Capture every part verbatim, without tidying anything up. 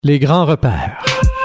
Les grands repères.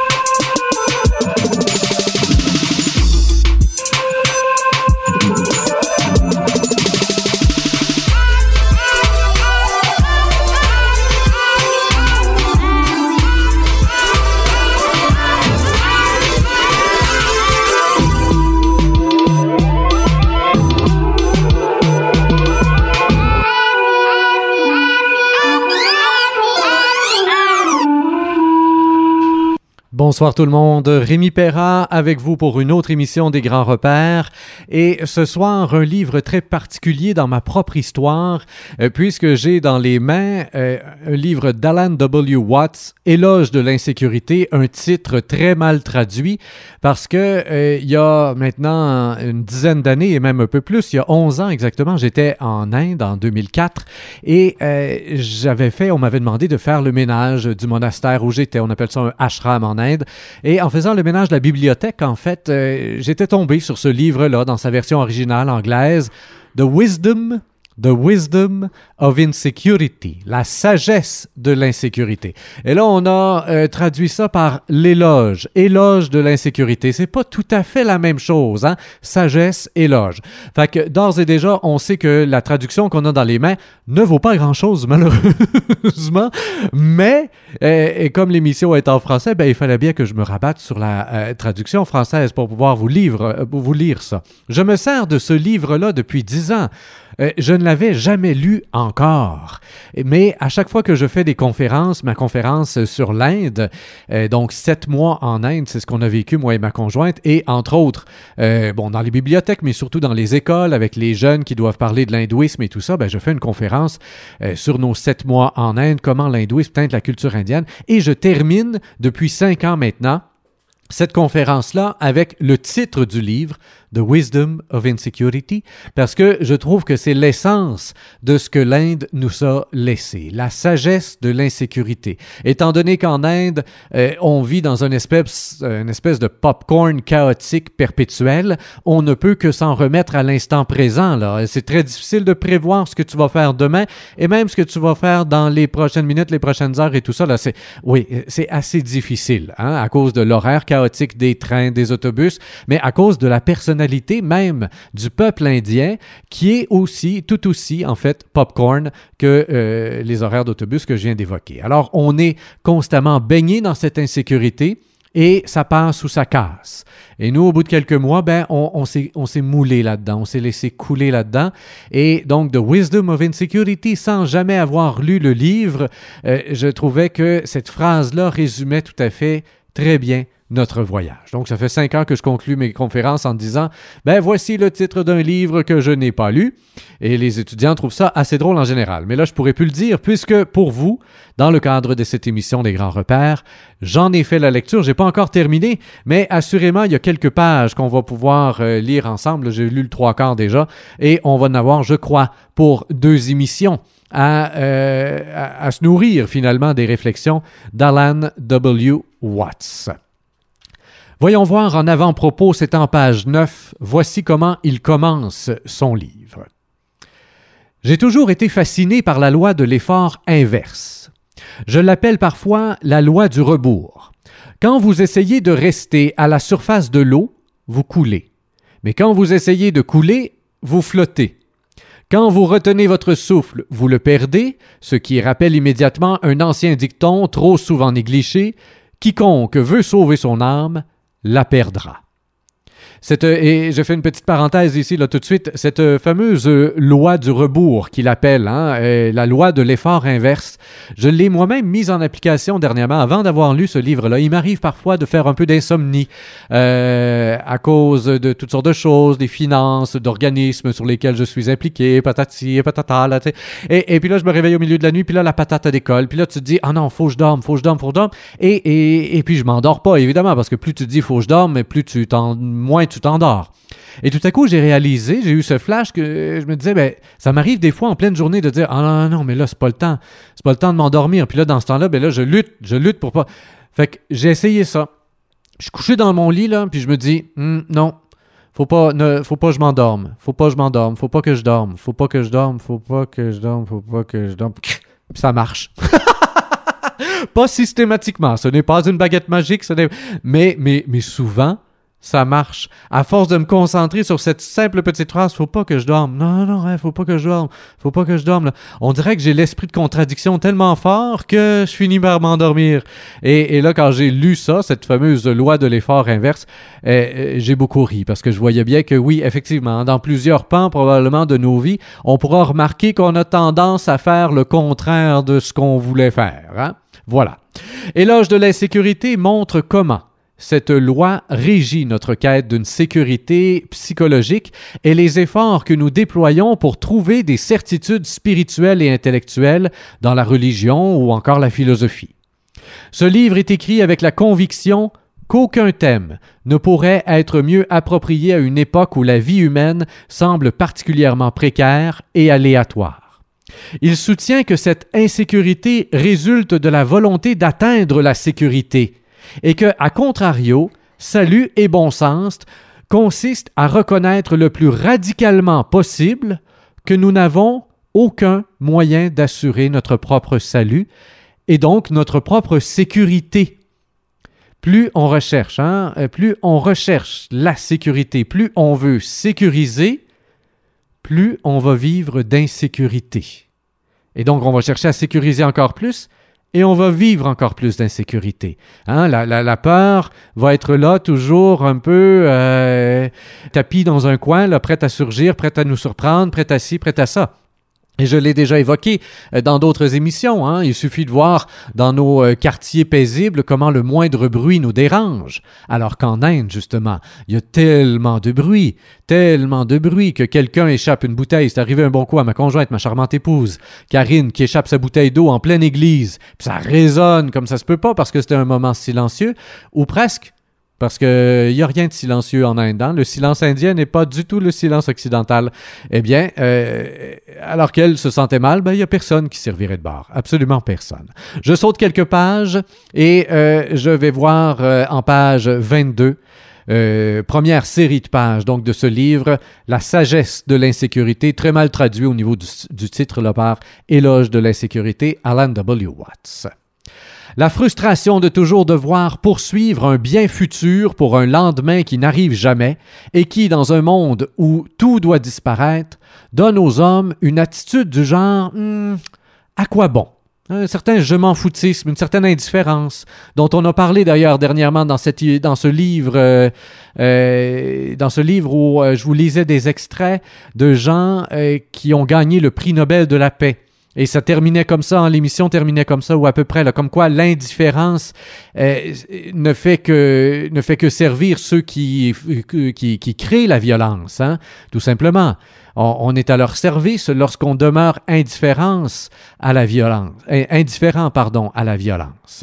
Bonsoir tout le monde, Rémi Perra avec vous pour une autre émission des Grands Repères et ce soir un livre très particulier dans ma propre histoire euh, puisque j'ai dans les mains euh, un livre d'Alan W. Watts, Éloge de l'insécurité, un titre très mal traduit parce que euh, il y a maintenant une dizaine d'années et même un peu plus, il y a onze ans exactement, j'étais en Inde en deux mille quatre et euh, j'avais fait, on m'avait demandé de faire le ménage du monastère où j'étais, on appelle ça un ashram en Inde. Et en faisant le ménage de la bibliothèque, en fait, euh, j'étais tombé sur ce livre-là dans sa version originale anglaise, The Wisdom, The Wisdom of Insecurity, la sagesse de l'insécurité. Et là, on a euh, traduit ça par l'éloge, éloge de l'insécurité. C'est pas tout à fait la même chose, hein? Sagesse, éloge. Fait que d'ores et déjà, on sait que la traduction qu'on a dans les mains ne vaut pas grand-chose, malheureusement. Mais, euh, et comme l'émission est en français, ben il fallait bien que je me rabatte sur la euh, traduction française pour pouvoir vous, livre, euh, vous lire ça. Je me sers de ce livre-là depuis dix ans. Euh, je ne l'avais jamais lu encore. Mais à chaque fois que je fais des conférences, ma conférence sur l'Inde, euh, donc sept mois en Inde, c'est ce qu'on a vécu, moi et ma conjointe, et entre autres, euh, bon, dans les bibliothèques, mais surtout dans les écoles, avec les jeunes qui doivent parler de l'hindouisme et tout ça, ben, je fais une conférence euh, sur nos sept mois en Inde, comment l'hindouisme teinte la culture indienne, et je termine depuis cinq ans maintenant cette conférence-là avec le titre du livre, The Wisdom of Insecurity, parce que je trouve que c'est l'essence de ce que l'Inde nous a laissé, la sagesse de l'insécurité. Étant donné qu'en Inde, euh, on vit dans une espèce, une espèce de popcorn chaotique perpétuel, on ne peut que s'en remettre à l'instant présent, là. C'est très difficile de prévoir ce que tu vas faire demain et même ce que tu vas faire dans les prochaines minutes, les prochaines heures et tout ça, là, c'est, oui, c'est assez difficile, hein, à cause de l'horaire chaotique des trains, des autobus, mais à cause de la personnalité même du peuple indien qui est aussi, tout aussi, en fait, popcorn que euh, les horaires d'autobus que je viens d'évoquer. Alors, on est constamment baigné dans cette insécurité et ça passe ou ça casse. Et nous, au bout de quelques mois, ben, on, on, s'est, on s'est moulé là-dedans, on s'est laissé couler là-dedans. Et donc, The Wisdom of Insecurity, sans jamais avoir lu le livre, euh, je trouvais que cette phrase-là résumait tout à fait très bien notre voyage. Donc, ça fait cinq ans que je conclue mes conférences en disant « Ben, voici le titre d'un livre que je n'ai pas lu. » Et les étudiants trouvent ça assez drôle en général. Mais là, je pourrais plus le dire puisque, pour vous, dans le cadre de cette émission des Grands Repères, j'en ai fait la lecture. J'ai pas encore terminé, mais assurément, il y a quelques pages qu'on va pouvoir euh, lire ensemble. J'ai lu le trois quarts déjà et on va en avoir, je crois, pour deux émissions. À, euh, à, à se nourrir finalement des réflexions d'Alan W. Watts. Voyons voir en avant-propos, c'est en page neuf, voici comment il commence son livre. « J'ai toujours été fasciné par la loi de l'effort inverse. Je l'appelle parfois la loi du rebours. Quand vous essayez de rester à la surface de l'eau, vous coulez. Mais quand vous essayez de couler, vous flottez. Quand vous retenez votre souffle, vous le perdez, ce qui rappelle immédiatement un ancien dicton trop souvent négligé, « Quiconque veut sauver son âme, la perdra. » Cette, et je fais une petite parenthèse ici, là, tout de suite, cette fameuse loi du rebours qu'il appelle, hein, euh, la loi de l'effort inverse, je l'ai moi-même mise en application dernièrement, avant d'avoir lu ce livre-là. Il m'arrive parfois de faire un peu d'insomnie euh, à cause de toutes sortes de choses, des finances, d'organismes sur lesquels je suis impliqué, patati et patata, là, tu sais. Et, et puis là, je me réveille au milieu de la nuit, puis là, la patate décolle, puis là, tu te dis, ah non, faut que je dorme, faut que je dorme, faut que je dorme. Et, et, et puis, je m'endors pas, évidemment, parce que plus tu te dis, faut que je dorme, mais plus tu t'en, moins tu t'endors. Et tout à coup, j'ai réalisé, j'ai eu ce flash que je me disais, ben, ça m'arrive des fois en pleine journée de dire, ah non, non, non, mais là, c'est pas le temps. C'est pas le temps de m'endormir. Puis là, dans ce temps-là, ben là, je lutte, je lutte pour pas. Fait que j'ai essayé ça. Je suis couché dans mon lit, là, puis je me dis, hm, non, faut pas, ne, faut pas que je m'endorme. Faut pas que je m'endorme. Faut pas que je dorme. Faut pas que je dorme. Faut pas que je dorme. Faut pas que je dorme. Puis ça marche. Pas systématiquement, ce n'est pas une baguette magique, ce n'est... Mais, mais, mais souvent, ça marche. À force de me concentrer sur cette simple petite phrase, faut pas que je dorme. Non, non, non, faut pas que je dorme. Faut pas que je dorme. Là. On dirait que j'ai l'esprit de contradiction tellement fort que je finis par m'endormir. Et, et là, quand j'ai lu ça, cette fameuse loi de l'effort inverse, euh, euh, j'ai beaucoup ri parce que je voyais bien que oui, effectivement, dans plusieurs pans probablement de nos vies, on pourra remarquer qu'on a tendance à faire le contraire de ce qu'on voulait faire. Hein? Voilà. Éloge de l'insécurité montre comment cette loi régit notre quête d'une sécurité psychologique et les efforts que nous déployons pour trouver des certitudes spirituelles et intellectuelles dans la religion ou encore la philosophie. Ce livre est écrit avec la conviction qu'aucun thème ne pourrait être mieux approprié à une époque où la vie humaine semble particulièrement précaire et aléatoire. Il soutient que cette insécurité résulte de la volonté d'atteindre la sécurité, et que, à contrario, salut et bon sens consistent à reconnaître le plus radicalement possible que nous n'avons aucun moyen d'assurer notre propre salut et donc notre propre sécurité. Plus on recherche, hein, plus on recherche la sécurité, plus on veut sécuriser, plus on va vivre d'insécurité. Et donc, on va chercher à sécuriser encore plus, et on va vivre encore plus d'insécurité. Hein? La, la, la peur va être là, toujours un peu euh, tapis dans un coin, là, prête à surgir, prête à nous surprendre, prête à ci, prête à ça. Et je l'ai déjà évoqué dans d'autres émissions. Hein? Il suffit de voir dans nos euh, quartiers paisibles comment le moindre bruit nous dérange. Alors qu'en Inde, justement, il y a tellement de bruit, tellement de bruit que quelqu'un échappe une bouteille. C'est arrivé un bon coup à ma conjointe, ma charmante épouse, Karine, qui échappe sa bouteille d'eau en pleine église. Puis ça résonne comme ça se peut pas parce que c'était un moment silencieux, ou presque. Parce qu'il n'y a rien de silencieux en Inde. Hein? Le silence indien n'est pas du tout le silence occidental. Eh bien, euh, alors qu'elle se sentait mal, ben, il n'y a personne qui servirait de bar. Absolument personne. Je saute quelques pages et euh, je vais voir euh, en page vingt-deux, euh, première série de pages donc de ce livre, La sagesse de l'insécurité, très mal traduit au niveau du, du titre là par Éloge de l'insécurité, Alan W. Watts. La frustration de toujours devoir poursuivre un bien futur pour un lendemain qui n'arrive jamais et qui, dans un monde où tout doit disparaître, donne aux hommes une attitude du genre hmm, « à quoi bon ?» Un certain je m'en foutisme, une certaine indifférence, dont on a parlé d'ailleurs dernièrement dans, cette, dans ce livre, euh, euh, dans ce livre où euh, je vous lisais des extraits de gens euh, qui ont gagné le prix Nobel de la paix. Et ça terminait comme ça, hein, l'émission terminait comme ça, ou à peu près, là, comme quoi l'indifférence euh, ne fait que ne fait que servir ceux qui, qui, qui créent la violence, hein, tout simplement. On, on est à leur service lorsqu'on demeure indifférence à la violence, indifférent, pardon, à la violence.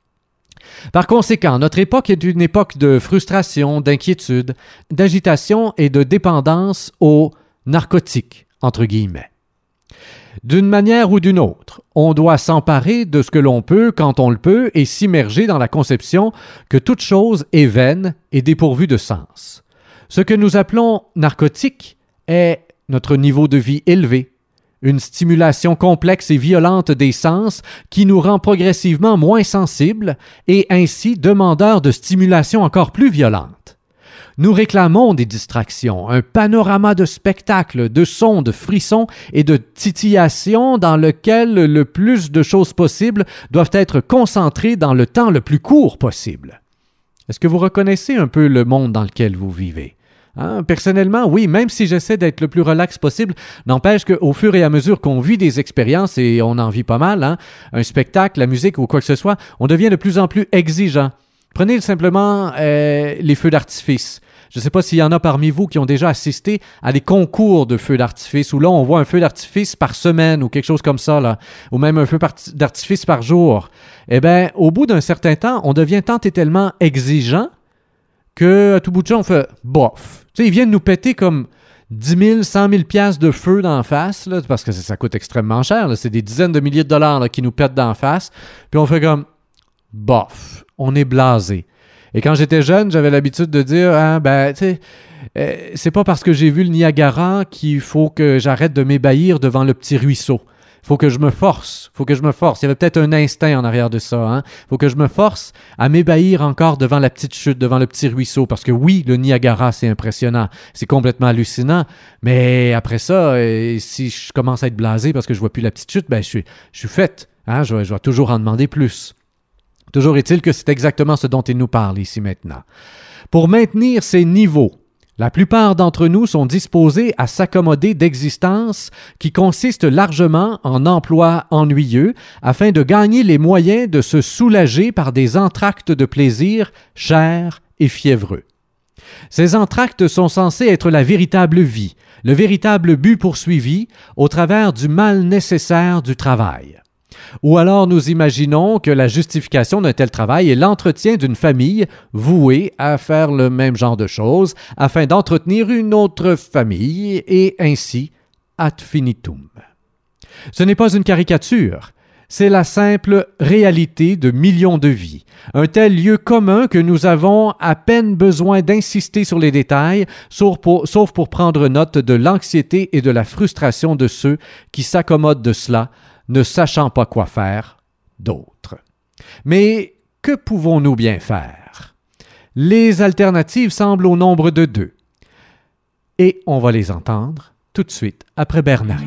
Par conséquent, notre époque est une époque de frustration, d'inquiétude, d'agitation et de dépendance aux narcotiques, entre guillemets. D'une manière ou d'une autre, on doit s'emparer de ce que l'on peut quand on le peut et s'immerger dans la conception que toute chose est vaine et dépourvue de sens. Ce que nous appelons narcotique est notre niveau de vie élevé, une stimulation complexe et violente des sens qui nous rend progressivement moins sensibles et ainsi demandeurs de stimulation encore plus violente. Nous réclamons des distractions, un panorama de spectacles, de sons, de frissons et de titillations dans lequel le plus de choses possibles doivent être concentrées dans le temps le plus court possible. Est-ce que vous reconnaissez un peu le monde dans lequel vous vivez? Hein? Personnellement, oui, même si j'essaie d'être le plus relax possible, n'empêche qu'au fur et à mesure qu'on vit des expériences, et on en vit pas mal, hein, un spectacle, la musique ou quoi que ce soit, on devient de plus en plus exigeant. Prenez simplement euh, les feux d'artifice. Je ne sais pas s'il y en a parmi vous qui ont déjà assisté à des concours de feux d'artifice où là, on voit un feu d'artifice par semaine ou quelque chose comme ça, là, ou même un feu d'artifice par jour. Eh bien, au bout d'un certain temps, on devient tant et tellement exigeant qu'à tout bout de champ, on fait « bof ». Tu sais, ils viennent nous péter comme dix mille, cent mille piastres de feu d'en face, là, parce que ça, ça coûte extrêmement cher. Là. C'est des dizaines de milliers de dollars là, qui nous pètent d'en face. Puis on fait comme « bof ». On est blasé. Et quand j'étais jeune, j'avais l'habitude de dire ah, ben, tu sais, euh, c'est pas parce que j'ai vu le Niagara qu'il faut que j'arrête de m'ébahir devant le petit ruisseau. faut que je me force, faut que je me force. Il y avait peut-être un instinct en arrière de ça, hein. Faut que je me force à m'ébahir encore devant la petite chute, devant le petit ruisseau, parce que oui, le Niagara, c'est impressionnant, c'est complètement hallucinant, mais après ça, euh, si je commence à être blasé parce que je vois plus la petite chute, ben je suis, je suis faite, hein. Je, je vais toujours en demander plus. Toujours est-il que c'est exactement ce dont il nous parle ici maintenant. Pour maintenir ces niveaux, la plupart d'entre nous sont disposés à s'accommoder d'existences qui consistent largement en emplois ennuyeux afin de gagner les moyens de se soulager par des entr'actes de plaisir chers et fiévreux. Ces entr'actes sont censés être la véritable vie, le véritable but poursuivi au travers du mal nécessaire du travail. Ou alors nous imaginons que la justification d'un tel travail est l'entretien d'une famille vouée à faire le même genre de choses afin d'entretenir une autre famille et ainsi ad finitum. Ce n'est pas une caricature, c'est la simple réalité de millions de vies, un tel lieu commun que nous avons à peine besoin d'insister sur les détails, sauf pour, sauf pour prendre note de l'anxiété et de la frustration de ceux qui s'accommodent de cela, ne sachant pas quoi faire d'autre. Mais que pouvons-nous bien faire? Les alternatives semblent au nombre de deux. Et on va les entendre tout de suite après Bernari.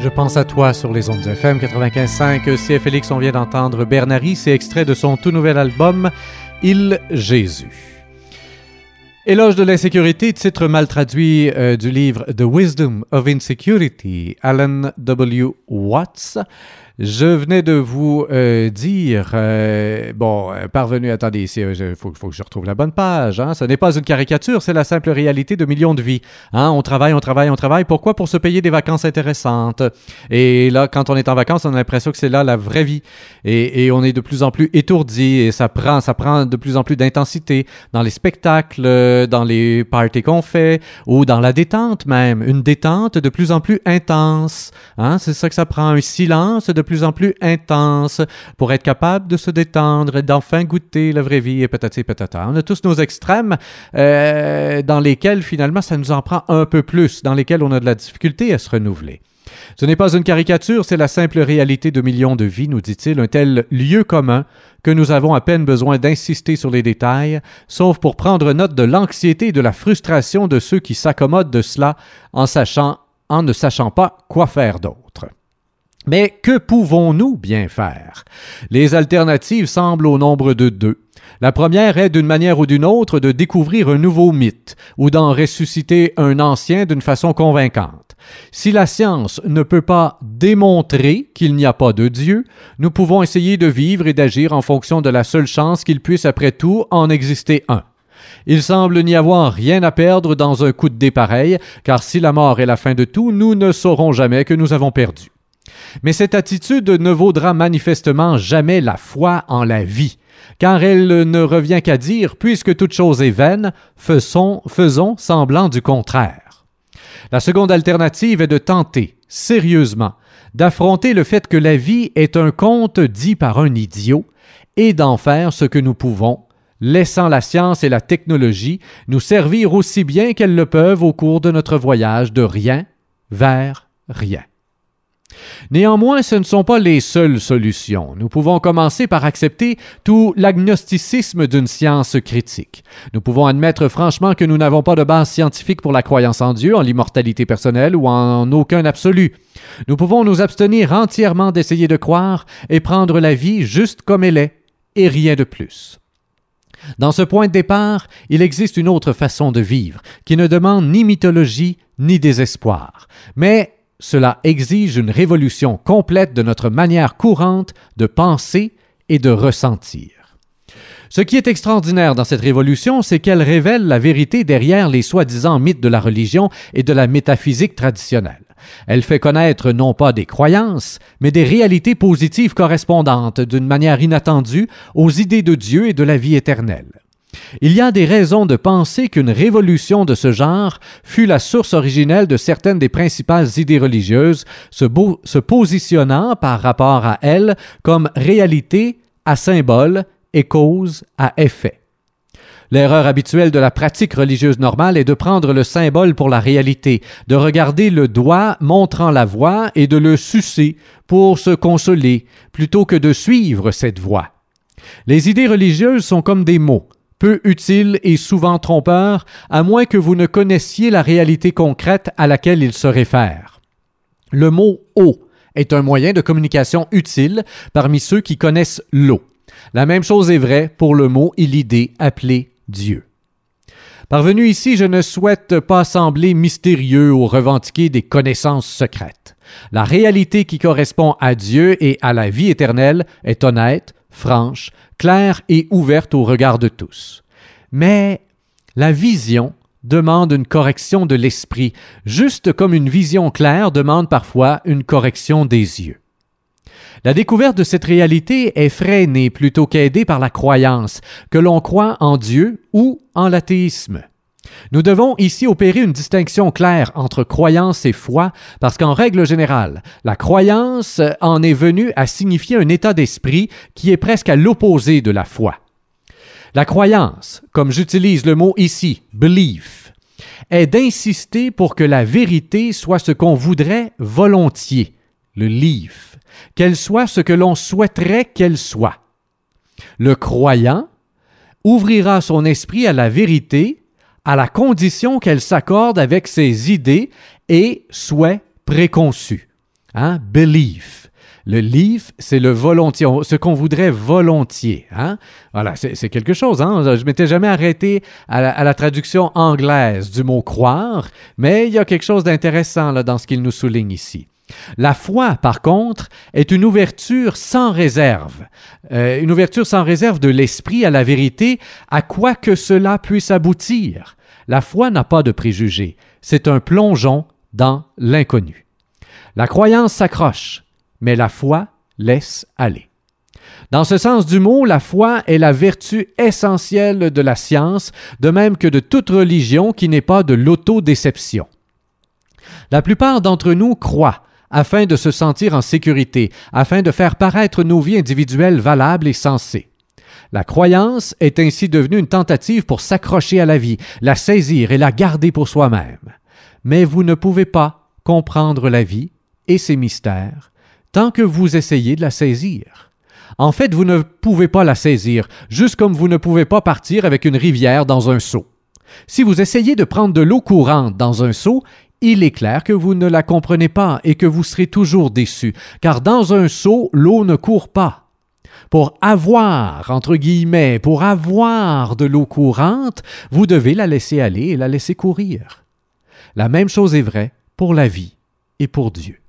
Je pense à toi sur les ondes F M quatre-vingt-quinze virgule cinq. C F L X, on vient d'entendre Bernary, c'est extrait de son tout nouvel album Il Jésus. Éloge de l'insécurité, titre mal traduit euh, du livre The Wisdom of Insecurity, Alan W. Watts. Je venais de vous euh, dire, euh, bon, euh, parvenu, attendez, il faut, faut que je retrouve la bonne page, hein? Ce n'est pas une caricature, c'est la simple réalité de millions de vies. Hein? On travaille, on travaille, on travaille, pourquoi? Pour se payer des vacances intéressantes. Et là, quand on est en vacances, on a l'impression que c'est là la vraie vie. Et, et on est de plus en plus étourdi, et ça prend, ça prend de plus en plus d'intensité dans les spectacles, dans les parties qu'on fait, ou dans la détente même. Une détente de plus en plus intense. Hein? C'est ça que ça prend, un silence de plus en plus intense pour être capable de se détendre et d'enfin goûter la vraie vie et patati patata. On a tous nos extrêmes euh, dans lesquels finalement ça nous en prend un peu plus, dans lesquels on a de la difficulté à se renouveler. Ce n'est pas une caricature, c'est la simple réalité de millions de vies, nous dit-il, un tel lieu commun que nous avons à peine besoin d'insister sur les détails, sauf pour prendre note de l'anxiété et de la frustration de ceux qui s'accommodent de cela en sachant, en ne sachant pas quoi faire d'autre. Mais que pouvons-nous bien faire? Les alternatives semblent au nombre de deux. La première est, d'une manière ou d'une autre, de découvrir un nouveau mythe ou d'en ressusciter un ancien d'une façon convaincante. Si la science ne peut pas démontrer qu'il n'y a pas de Dieu, nous pouvons essayer de vivre et d'agir en fonction de la seule chance qu'il puisse, après tout, en exister un. Il semble n'y avoir rien à perdre dans un coup de dé pareil, car si la mort est la fin de tout, nous ne saurons jamais que nous avons perdu. Mais cette attitude ne vaudra manifestement jamais la foi en la vie, car elle ne revient qu'à dire, puisque toute chose est vaine, faisons, faisons semblant du contraire. La seconde alternative est de tenter, sérieusement, d'affronter le fait que la vie est un conte dit par un idiot et d'en faire ce que nous pouvons, laissant la science et la technologie nous servir aussi bien qu'elles le peuvent au cours de notre voyage de rien vers rien. Néanmoins, ce ne sont pas les seules solutions. Nous pouvons commencer par accepter tout l'agnosticisme d'une science critique. Nous pouvons admettre franchement que nous n'avons pas de base scientifique pour la croyance en Dieu, en l'immortalité personnelle ou en aucun absolu. Nous pouvons nous abstenir entièrement d'essayer de croire et prendre la vie juste comme elle est, et rien de plus. Dans ce point de départ, il existe une autre façon de vivre, qui ne demande ni mythologie ni désespoir, mais cela exige une révolution complète de notre manière courante de penser et de ressentir. Ce qui est extraordinaire dans cette révolution, c'est qu'elle révèle la vérité derrière les soi-disant mythes de la religion et de la métaphysique traditionnelle. Elle fait connaître non pas des croyances, mais des réalités positives correspondantes d'une manière inattendue aux idées de Dieu et de la vie éternelle. Il y a des raisons de penser qu'une révolution de ce genre fut la source originelle de certaines des principales idées religieuses, se, beau, se positionnant par rapport à elles comme réalité à symbole et cause à effet. L'erreur habituelle de la pratique religieuse normale est de prendre le symbole pour la réalité, de regarder le doigt montrant la voie et de le sucer pour se consoler, plutôt que de suivre cette voie. Les idées religieuses sont comme des mots, peu utiles et souvent trompeurs, à moins que vous ne connaissiez la réalité concrète à laquelle ils se réfèrent. Le mot « eau » est un moyen de communication utile parmi ceux qui connaissent l'eau. La même chose est vraie pour le mot et l'idée appelée Dieu. Parvenu ici, je ne souhaite pas sembler mystérieux ou revendiquer des connaissances secrètes. La réalité qui correspond à Dieu et à la vie éternelle est honnête, franche, claire et ouverte au regard de tous. Mais la vision demande une correction de l'esprit, juste comme une vision claire demande parfois une correction des yeux. La découverte de cette réalité est freinée plutôt qu'aidée par la croyance, que l'on croit en Dieu ou en l'athéisme. Nous devons ici opérer une distinction claire entre croyance et foi, parce qu'en règle générale, la croyance en est venue à signifier un état d'esprit qui est presque à l'opposé de la foi. La croyance, comme j'utilise le mot ici, belief, est d'insister pour que la vérité soit ce qu'on voudrait volontiers, le leaf, qu'elle soit ce que l'on souhaiterait qu'elle soit. Le croyant ouvrira son esprit à la vérité à la condition qu'elle s'accorde avec ses idées et souhaits préconçus. Hein? Belief. Le leaf, c'est le volontiers, ce qu'on voudrait volontiers. Hein? Voilà, c'est, c'est quelque chose. Hein? Je ne m'étais jamais arrêté à la, à la traduction anglaise du mot « croire », mais il y a quelque chose d'intéressant là, dans ce qu'il nous souligne ici. La foi, par contre, est une ouverture sans réserve, euh, une ouverture sans réserve de l'esprit à la vérité, à quoi que cela puisse aboutir. La foi n'a pas de préjugés, c'est un plongeon dans l'inconnu. La croyance s'accroche, mais la foi laisse aller. Dans ce sens du mot, la foi est la vertu essentielle de la science, de même que de toute religion qui n'est pas de l'autodéception. La plupart d'entre nous croient afin de se sentir en sécurité, afin de faire paraître nos vies individuelles valables et sensées. La croyance est ainsi devenue une tentative pour s'accrocher à la vie, la saisir et la garder pour soi-même. Mais vous ne pouvez pas comprendre la vie et ses mystères tant que vous essayez de la saisir. En fait, vous ne pouvez pas la saisir, juste comme vous ne pouvez pas partir avec une rivière dans un seau. Si vous essayez de prendre de l'eau courante dans un seau, il est clair que vous ne la comprenez pas et que vous serez toujours déçu, car dans un seau, l'eau ne court pas. Pour avoir, entre guillemets, pour avoir de l'eau courante, vous devez la laisser aller et la laisser courir. La même chose est vraie pour la vie et pour Dieu.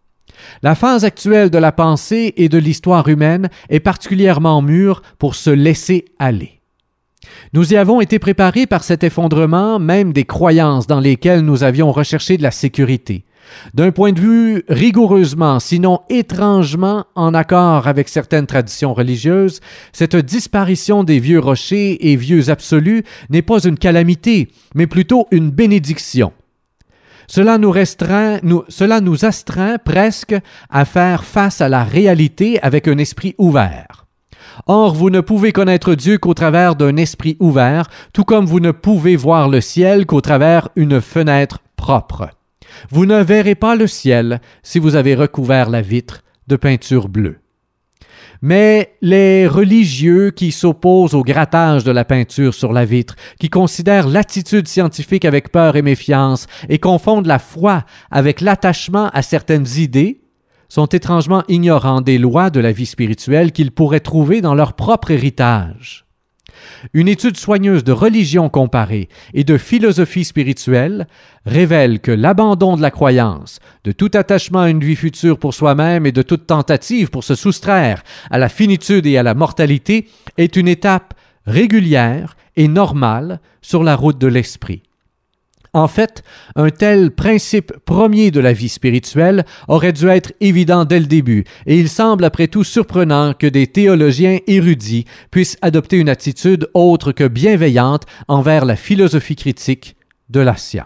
La phase actuelle de la pensée et de l'histoire humaine est particulièrement mûre pour se laisser aller. Nous y avons été préparés par cet effondrement même des croyances dans lesquelles nous avions recherché de la sécurité. D'un point de vue rigoureusement, sinon étrangement en accord avec certaines traditions religieuses, cette disparition des vieux rochers et vieux absolus n'est pas une calamité, mais plutôt une bénédiction. Cela nous restreint, nous, cela nous astreint presque à faire face à la réalité avec un esprit ouvert. Or, vous ne pouvez connaître Dieu qu'au travers d'un esprit ouvert, tout comme vous ne pouvez voir le ciel qu'au travers une fenêtre propre. Vous ne verrez pas le ciel si vous avez recouvert la vitre de peinture bleue. Mais les religieux qui s'opposent au grattage de la peinture sur la vitre, qui considèrent l'attitude scientifique avec peur et méfiance et confondent la foi avec l'attachement à certaines idées, sont étrangement ignorants des lois de la vie spirituelle qu'ils pourraient trouver dans leur propre héritage. Une étude soigneuse de religion comparée et de philosophie spirituelle révèle que l'abandon de la croyance, de tout attachement à une vie future pour soi-même et de toute tentative pour se soustraire à la finitude et à la mortalité est une étape régulière et normale sur la route de l'esprit. En fait, un tel principe premier de la vie spirituelle aurait dû être évident dès le début, et il semble après tout surprenant que des théologiens érudits puissent adopter une attitude autre que bienveillante envers la philosophie critique de la science.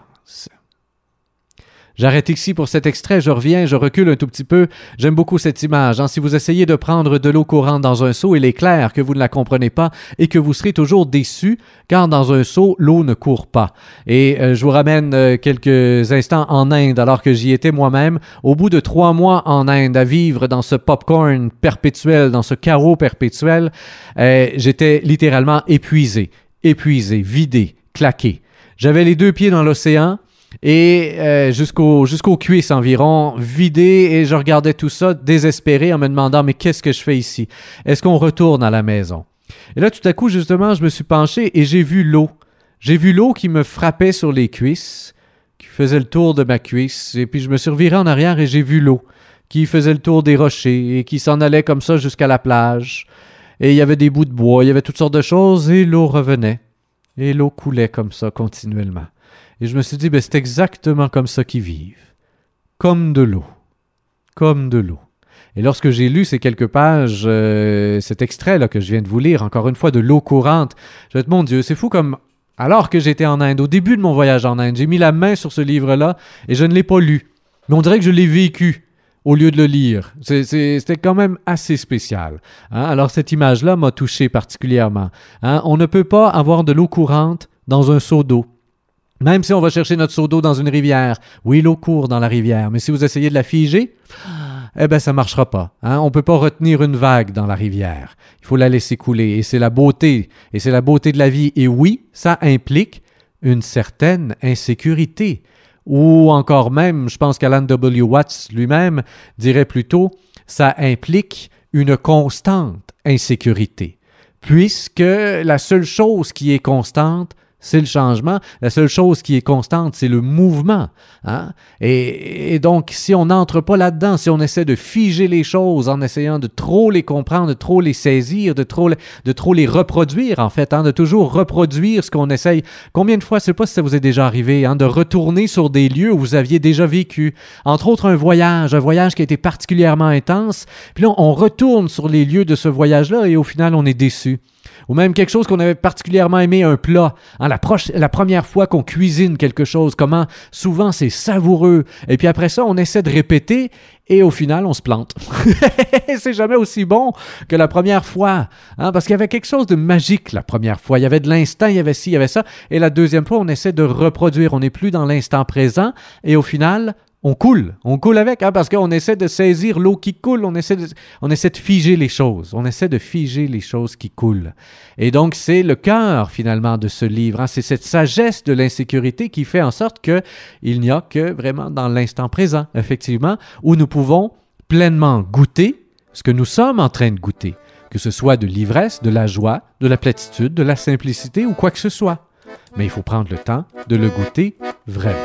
J'arrête ici pour cet extrait, je reviens, je recule un tout petit peu. J'aime beaucoup cette image. Hein? Si vous essayez de prendre de l'eau courante dans un seau, il est clair que vous ne la comprenez pas et que vous serez toujours déçu, car dans un seau, l'eau ne court pas. Et euh, je vous ramène euh, quelques instants en Inde, alors que j'y étais moi-même. Au bout de trois mois en Inde, à vivre dans ce popcorn perpétuel, dans ce carreau perpétuel, euh, j'étais littéralement épuisé, épuisé, vidé, claqué. J'avais les deux pieds dans l'océan, et euh, jusqu'au, jusqu'aux cuisses environ, vidé, et je regardais tout ça désespéré en me demandant « Mais qu'est-ce que je fais ici? Est-ce qu'on retourne à la maison? » Et là, tout à coup, justement, je me suis penché et j'ai vu l'eau. J'ai vu l'eau qui me frappait sur les cuisses, qui faisait le tour de ma cuisse, et puis je me suis reviré en arrière et j'ai vu l'eau qui faisait le tour des rochers et qui s'en allait comme ça jusqu'à la plage. Et il y avait des bouts de bois, il y avait toutes sortes de choses, et l'eau revenait. Et l'eau coulait comme ça continuellement. Et je me suis dit, ben, c'est exactement comme ça qu'ils vivent. Comme de l'eau. Comme de l'eau. Et lorsque j'ai lu ces quelques pages, euh, cet extrait-là que je viens de vous lire, encore une fois, de l'eau courante, je me dis, mon Dieu, c'est fou comme, alors que j'étais en Inde, au début de mon voyage en Inde, j'ai mis la main sur ce livre-là et je ne l'ai pas lu. Mais on dirait que je l'ai vécu au lieu de le lire. C'est, c'est, c'était quand même assez spécial. Hein? Alors cette image-là m'a touché particulièrement. Hein? On ne peut pas avoir de l'eau courante dans un seau d'eau. Même si on va chercher notre seau d'eau dans une rivière, oui, l'eau court dans la rivière, mais si vous essayez de la figer, eh bien, ça ne marchera pas. Hein? On ne peut pas retenir une vague dans la rivière. Il faut la laisser couler. Et c'est la beauté. Et c'est la beauté de la vie. Et oui, ça implique une certaine insécurité. ou encore même, je pense qu'Alan W. Watts lui-même dirait plutôt, ça implique une constante insécurité, puisque la seule chose qui est constante, c'est le changement. La seule chose qui est constante, c'est le mouvement. Hein? Et, et donc, si on n'entre pas là-dedans, si on essaie de figer les choses en essayant de trop les comprendre, de trop les saisir, de trop, de trop les reproduire, en fait, hein? De toujours reproduire ce qu'on essaye. Combien de fois, je ne sais pas si ça vous est déjà arrivé, hein? De retourner sur des lieux où vous aviez déjà vécu. Entre autres, un voyage, un voyage qui a été particulièrement intense. Puis là, on retourne sur les lieux de ce voyage-là et au final, on est déçu. Ou même quelque chose qu'on avait particulièrement aimé, un plat. Hein, la, proche, la première fois qu'on cuisine quelque chose, comment souvent c'est savoureux. Et puis après ça, on essaie de répéter et au final, on se plante. C'est jamais aussi bon que la première fois. Hein, parce qu'il y avait quelque chose de magique la première fois. Il y avait de l'instinct, il y avait ci, il y avait ça. Et la deuxième fois, on essaie de reproduire. On n'est plus dans l'instant présent. Et au final, on coule, on coule avec, hein, parce qu'on essaie de saisir l'eau qui coule, on essaie, de, on essaie de figer les choses, on essaie de figer les choses qui coulent. Et donc, c'est le cœur, finalement, de ce livre. Hein, c'est cette sagesse de l'insécurité qui fait en sorte qu'il n'y a que vraiment dans l'instant présent, effectivement, où nous pouvons pleinement goûter ce que nous sommes en train de goûter, que ce soit de l'ivresse, de la joie, de la platitude, de la simplicité ou quoi que ce soit. Mais il faut prendre le temps de le goûter vraiment.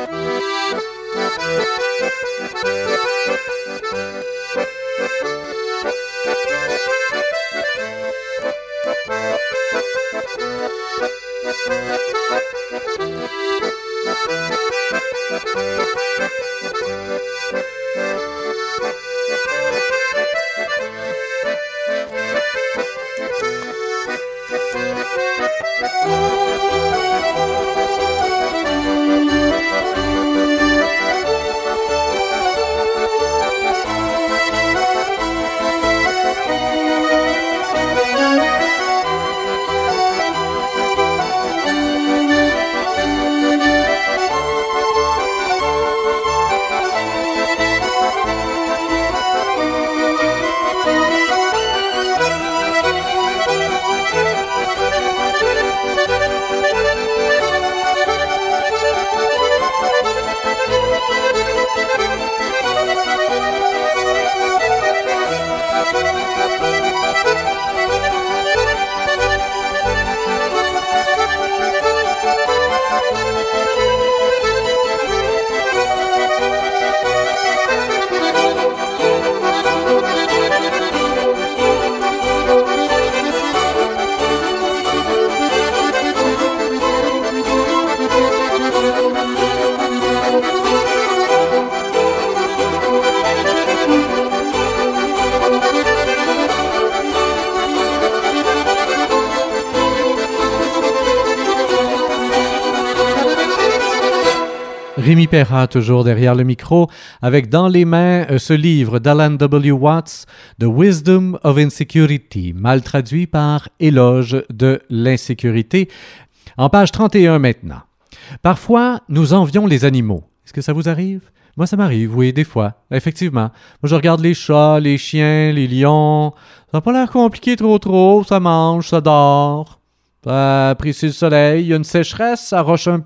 Rémi Perra, toujours derrière le micro, avec dans les mains euh, ce livre d'Alan W. Watts, The Wisdom of Insecurity, mal traduit par Éloge de l'insécurité, en page trente et un maintenant. Parfois, nous envions les animaux. Est-ce que ça vous arrive? Moi, ça m'arrive, oui, des fois, effectivement. Moi, je regarde les chats, les chiens, les lions. Ça n'a pas l'air compliqué trop trop, ça mange, ça dort. Ça apprécie le soleil, il y a une sécheresse, ça roche un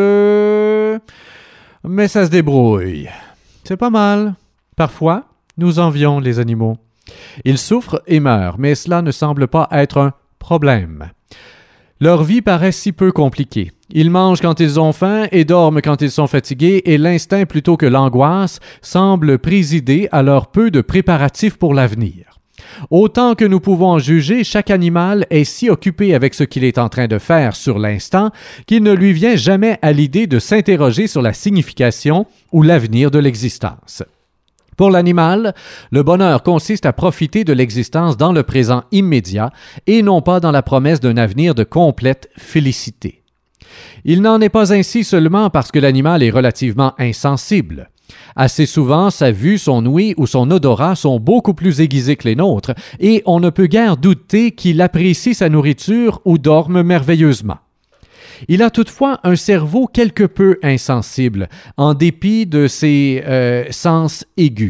peu... Mais ça se débrouille. C'est pas mal. Parfois, nous envions les animaux. Ils souffrent et meurent, mais cela ne semble pas être un problème. Leur vie paraît si peu compliquée. Ils mangent quand ils ont faim et dorment quand ils sont fatigués, et l'instinct plutôt que l'angoisse semble présider à leur peu de préparatifs pour l'avenir. Autant que nous pouvons en juger, chaque animal est si occupé avec ce qu'il est en train de faire sur l'instant qu'il ne lui vient jamais à l'idée de s'interroger sur la signification ou l'avenir de l'existence. Pour l'animal, le bonheur consiste à profiter de l'existence dans le présent immédiat et non pas dans la promesse d'un avenir de complète félicité. Il n'en est pas ainsi seulement parce que l'animal est relativement insensible. Assez souvent, sa vue, son ouïe ou son odorat sont beaucoup plus aiguisés que les nôtres, et on ne peut guère douter qu'il apprécie sa nourriture ou dorme merveilleusement. Il a toutefois un cerveau quelque peu insensible, en dépit de ses euh, sens aigus.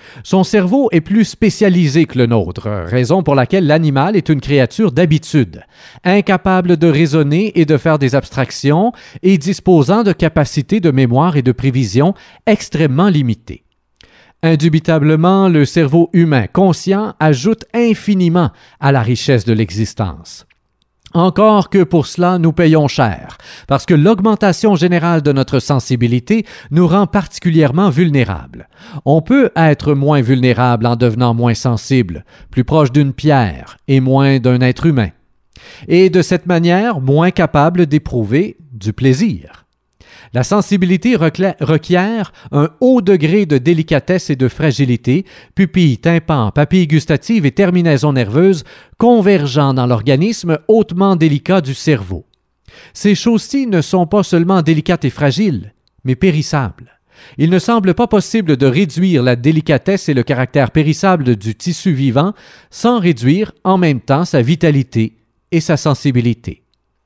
Son cerveau est plus spécialisé que le nôtre, raison pour laquelle l'animal est une créature d'habitude, incapable de raisonner et de faire des abstractions et disposant de capacités de mémoire et de prévision extrêmement limitées. Indubitablement, le cerveau humain conscient ajoute infiniment à la richesse de l'existence. Encore que pour cela, nous payons cher, parce que l'augmentation générale de notre sensibilité nous rend particulièrement vulnérables. On peut être moins vulnérable en devenant moins sensible, plus proche d'une pierre et moins d'un être humain, et de cette manière moins capable d'éprouver du plaisir. La sensibilité requiert un haut degré de délicatesse et de fragilité, pupilles, tympans, papilles gustatives et terminaisons nerveuses convergeant dans l'organisme hautement délicat du cerveau. Ces choses-ci ne sont pas seulement délicates et fragiles, mais périssables. Il ne semble pas possible de réduire la délicatesse et le caractère périssable du tissu vivant sans réduire en même temps sa vitalité et sa sensibilité.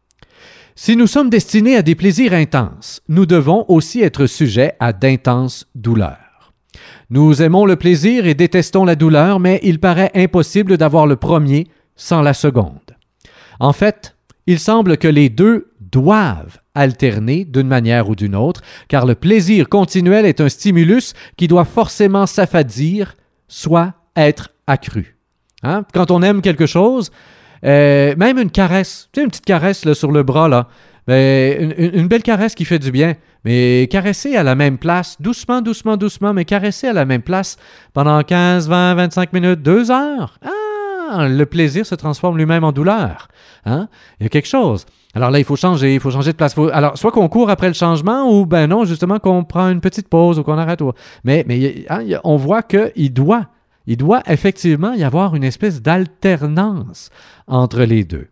Si nous sommes destinés à des plaisirs intenses, nous devons aussi être sujets à d'intenses douleurs. Nous aimons le plaisir et détestons la douleur, mais il paraît impossible d'avoir le premier sans la seconde. En fait, il semble que les deux doivent alterner d'une manière ou d'une autre, car le plaisir continuel est un stimulus qui doit forcément s'affadir, soit être accru. Hein? Quand on aime quelque chose, Euh, même une caresse, tu sais, une petite caresse là, sur le bras, là, ben, une, une belle caresse qui fait du bien, mais caresser à la même place, doucement, doucement, doucement, mais caresser à la même place pendant quinze, vingt, vingt-cinq minutes, deux heures, ah, le plaisir se transforme lui-même en douleur. Hein? Il y a quelque chose. Alors là, il faut changer, il faut changer de place. Faut, alors, soit qu'on court après le changement, ou ben non, justement, qu'on prend une petite pause ou qu'on arrête. Ou, mais mais hein, on voit qu'il doit Il doit effectivement y avoir une espèce d'alternance entre les deux.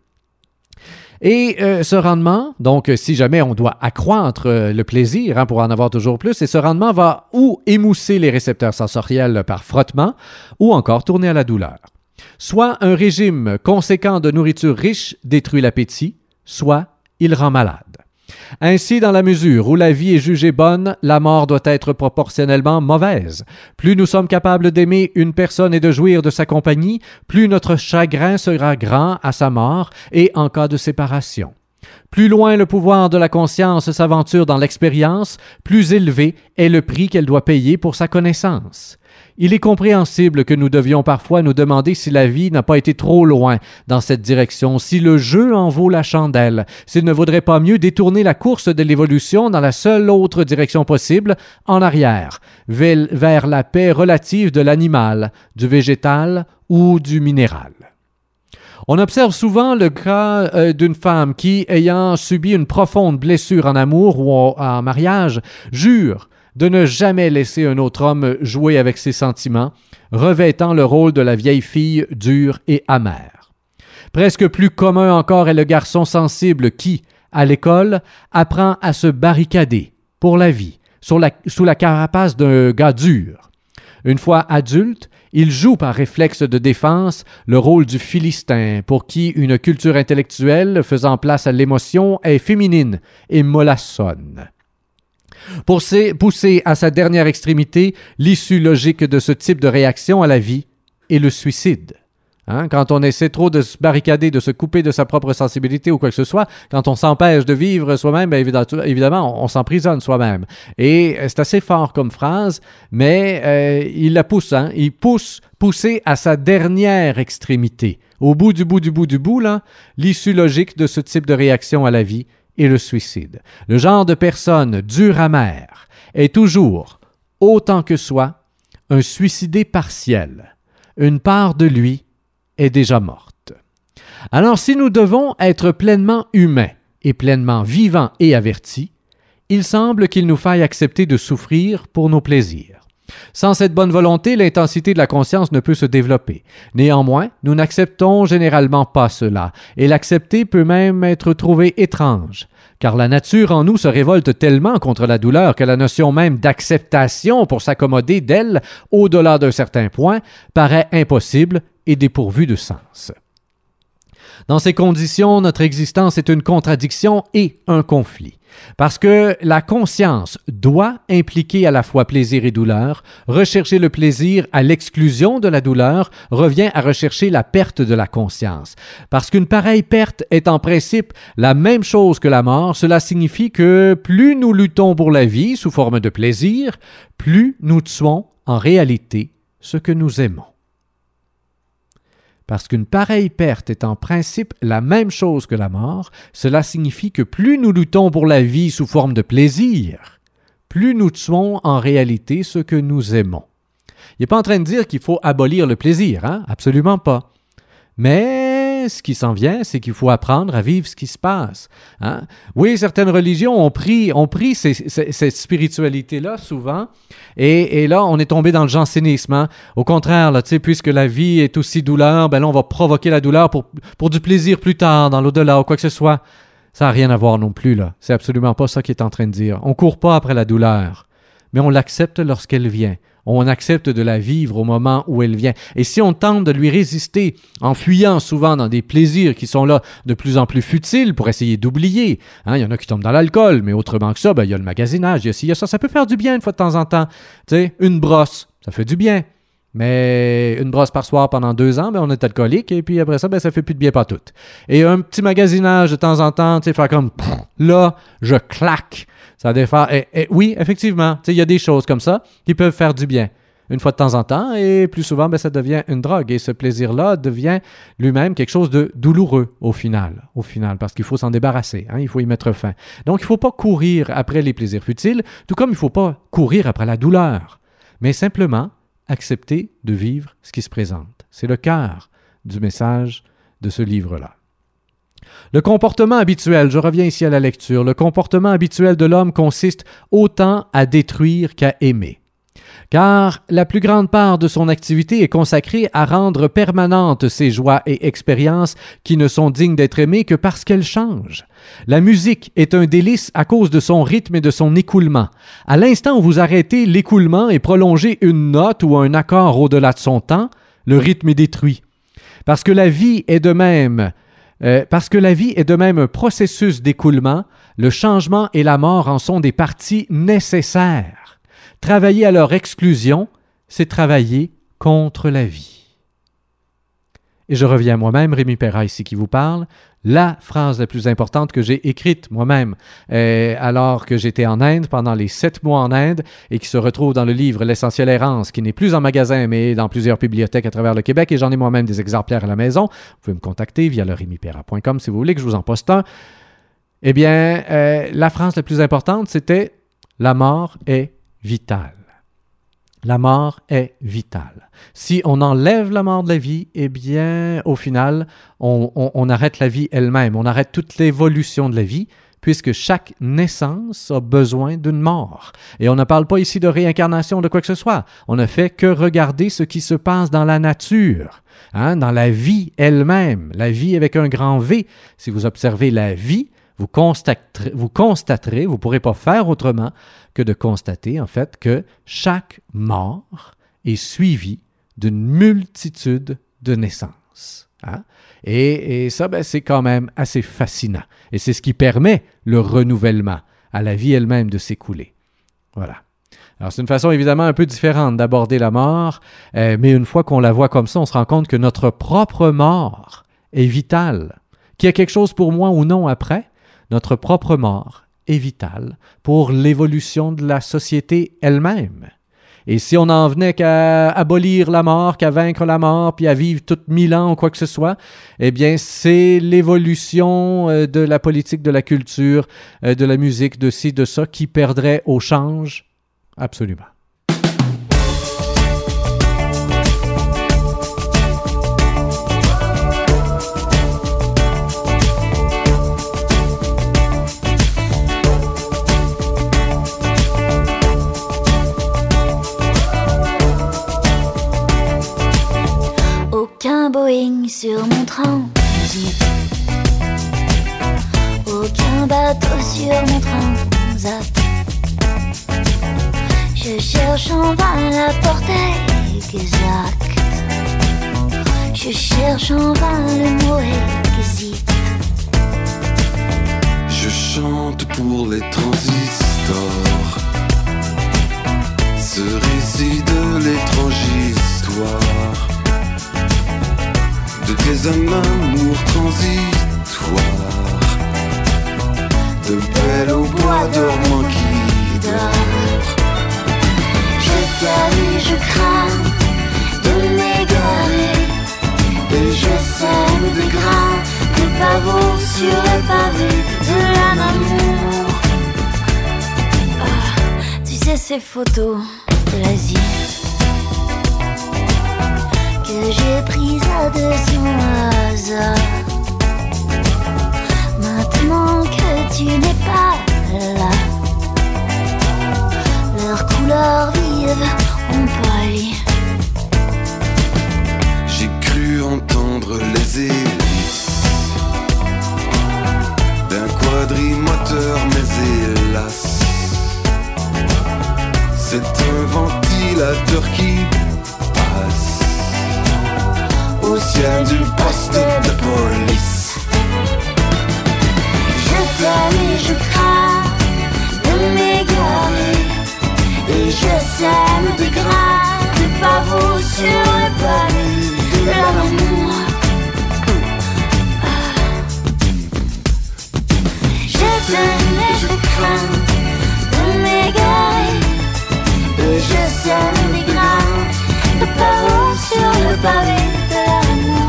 Et euh, ce rendement, donc si jamais on doit accroître euh, le plaisir hein, pour en avoir toujours plus, et ce rendement va ou émousser les récepteurs sensoriels par frottement, ou encore tourner à la douleur. Soit un régime conséquent de nourriture riche détruit l'appétit, soit il rend malade. Ainsi, dans la mesure où la vie est jugée bonne, la mort doit être proportionnellement mauvaise. Plus nous sommes capables d'aimer une personne et de jouir de sa compagnie, plus notre chagrin sera grand à sa mort et en cas de séparation. Plus loin le pouvoir de la conscience s'aventure dans l'expérience, plus élevé est le prix qu'elle doit payer pour sa connaissance. Il est compréhensible que nous devions parfois nous demander si la vie n'a pas été trop loin dans cette direction, si le jeu en vaut la chandelle, s'il ne vaudrait pas mieux détourner la course de l'évolution dans la seule autre direction possible, en arrière, vers la paix relative de l'animal, du végétal ou du minéral. On observe souvent le cas euh, d'une femme qui, ayant subi une profonde blessure en amour ou en, en mariage, jure de ne jamais laisser un autre homme jouer avec ses sentiments, revêtant le rôle de la vieille fille dure et amère. Presque plus commun encore est le garçon sensible qui, à l'école, apprend à se barricader pour la vie, sur la, sous la carapace d'un gars dur. Une fois adulte, il joue par réflexe de défense le rôle du Philistin, pour qui une culture intellectuelle faisant place à l'émotion est féminine et mollassonne. Pour pousser à sa dernière extrémité, l'issue logique de ce type de réaction à la vie est le suicide. Hein? Quand on essaie trop de se barricader, de se couper de sa propre sensibilité ou quoi que ce soit, quand on s'empêche de vivre soi-même, bien évidemment, on, on s'emprisonne soi-même. Et c'est assez fort comme phrase, mais euh, il la pousse, hein? Il pousse, pousser à sa dernière extrémité. Au bout du bout du bout du bout, là, l'issue logique de ce type de réaction à la vie et le suicide. Le genre de personne dure amère est toujours, autant que soi, un suicidé partiel. Une part de lui est déjà morte. Alors si nous devons être pleinement humains et pleinement vivants et avertis, il semble qu'il nous faille accepter de souffrir pour nos plaisirs. Sans cette bonne volonté, l'intensité de la conscience ne peut se développer. Néanmoins, nous n'acceptons généralement pas cela, et l'accepter peut même être trouvé étrange, car la nature en nous se révolte tellement contre la douleur que la notion même d'acceptation pour s'accommoder d'elle, au-delà d'un certain point, paraît impossible et dépourvue de sens. Dans ces conditions, notre existence est une contradiction et un conflit. Parce que la conscience doit impliquer à la fois plaisir et douleur. Rechercher le plaisir à l'exclusion de la douleur revient à rechercher la perte de la conscience. Parce qu'une pareille perte est en principe la même chose que la mort, cela signifie que plus nous luttons pour la vie sous forme de plaisir, plus nous tuons en réalité ce que nous aimons. Parce qu'une pareille perte est en principe la même chose que la mort, cela signifie que plus nous luttons pour la vie sous forme de plaisir, plus nous tuons en réalité ce que nous aimons. Il n'est pas en train de dire qu'il faut abolir le plaisir, hein? Absolument pas. Mais ce qui s'en vient, c'est qu'il faut apprendre à vivre ce qui se passe. Hein? Oui, certaines religions ont pris, ont pris ces, ces, cette spiritualité-là souvent, et, et là, on est tombé dans le jansénisme. Hein? Au contraire, là, puisque la vie est aussi douleur, ben là, on va provoquer la douleur pour, pour du plaisir plus tard, dans l'au-delà, ou quoi que ce soit. Ça n'a rien à voir non plus, là. C'est absolument pas ça qu'il est en train de dire. On ne court pas après la douleur, mais on l'accepte lorsqu'elle vient. On accepte de la vivre au moment où elle vient. Et si on tente de lui résister en fuyant souvent dans des plaisirs qui sont là de plus en plus futiles pour essayer d'oublier, hein, il y en a qui tombent dans l'alcool, mais autrement que ça, ben, il y a le magasinage, il y a ci, il y a ça, ça peut faire du bien une fois de temps en temps. Tu sais, une brosse, ça fait du bien. Mais une brosse par soir pendant deux ans, ben on est alcoolique, et puis après ça, ben ça fait plus de bien partout. Et un petit magasinage de temps en temps, tu sais, faire comme pff, là, je claque. Ça défaire. Et, et, oui, effectivement, tu sais, il y a des choses comme ça qui peuvent faire du bien une fois de temps en temps, et plus souvent, ben ça devient une drogue. Et ce plaisir-là devient lui-même quelque chose de douloureux au final, au final, parce qu'il faut s'en débarrasser, hein, il faut y mettre fin. Donc, il ne faut pas courir après les plaisirs futiles, tout comme il ne faut pas courir après la douleur, mais simplement accepter de vivre ce qui se présente. C'est le cœur du message de ce livre-là. Le comportement habituel, je reviens ici à la lecture, le comportement habituel de l'homme consiste autant à détruire qu'à aimer. Car la plus grande part de son activité est consacrée à rendre permanentes ces joies et expériences qui ne sont dignes d'être aimées que parce qu'elles changent. La musique est un délice à cause de son rythme et de son écoulement. À l'instant où vous arrêtez l'écoulement et prolongez une note ou un accord au-delà de son temps, le rythme est détruit. Parce que la vie est de même, euh, parce que la vie est de même un processus d'écoulement, le changement et la mort en sont des parties nécessaires. Travailler à leur exclusion, c'est travailler contre la vie. Et je reviens à moi-même, Rémi Perra ici qui vous parle, la phrase la plus importante que j'ai écrite moi-même euh, alors que j'étais en Inde pendant les sept mois en Inde et qui se retrouve dans le livre L'Essentiel Errance, qui n'est plus en magasin mais dans plusieurs bibliothèques à travers le Québec, et j'en ai moi-même des exemplaires à la maison. Vous pouvez me contacter via le rémi perra point com si vous voulez que je vous en poste un. Eh bien, euh, la phrase la plus importante, c'était « La mort est vitale ». La mort est vitale. Si on enlève la mort de la vie, eh bien, au final, on, on, on arrête la vie elle-même. On arrête toute l'évolution de la vie, puisque chaque naissance a besoin d'une mort. Et on ne parle pas ici de réincarnation de quoi que ce soit. On ne fait que regarder ce qui se passe dans la nature, hein, dans la vie elle-même, la vie avec un grand V. Si vous observez la vie, vous constaterez, vous constaterez, vous ne pourrez pas faire autrement que de constater, en fait, que chaque mort est suivie d'une multitude de naissances. Hein? Et, et ça, ben, c'est quand même assez fascinant. Et c'est ce qui permet le renouvellement à la vie elle-même de s'écouler. Voilà. Alors, c'est une façon évidemment un peu différente d'aborder la mort, euh, mais une fois qu'on la voit comme ça, on se rend compte que notre propre mort est vitale. Qu'il y a quelque chose pour moi ou non après, notre propre mort est vitale pour l'évolution de la société elle-même. Et si on n'en venait qu'à abolir la mort, qu'à vaincre la mort, puis à vivre tout mille ans ou quoi que ce soit, eh bien, c'est l'évolution euh, de la politique, de la culture, euh, de la musique, de ci, de ça, qui perdrait au change. Absolument. Aucun Boeing sur mon transit, aucun bateau sur mon transat. Je cherche en vain la portée exacte, je cherche en vain le mot exit. Je chante pour les transistors, ce récit de l'étrange histoire de tes amours transitoires, de belles au bois dormant qui dort. Je t'aime et je crains de m'égarer, et je sème des grains de pavots sur le pavé de l'amour. Ah, tu sais ces photos de l'Asie que j'ai prises à de son hasard. Maintenant que tu n'es pas là, leurs couleurs vives ont pâli. J'ai cru entendre les hélices d'un quadrimoteur, mais hélas, c'est un ventilateur qui passe au ciel du poste de police. Je t'aime et je crains de m'égarer, et je sème des grains de pavots sur le pavé de l'amour. Je t'aime et je crains de m'égarer, et je sème des grains de pavots sur le pavé de l'amour.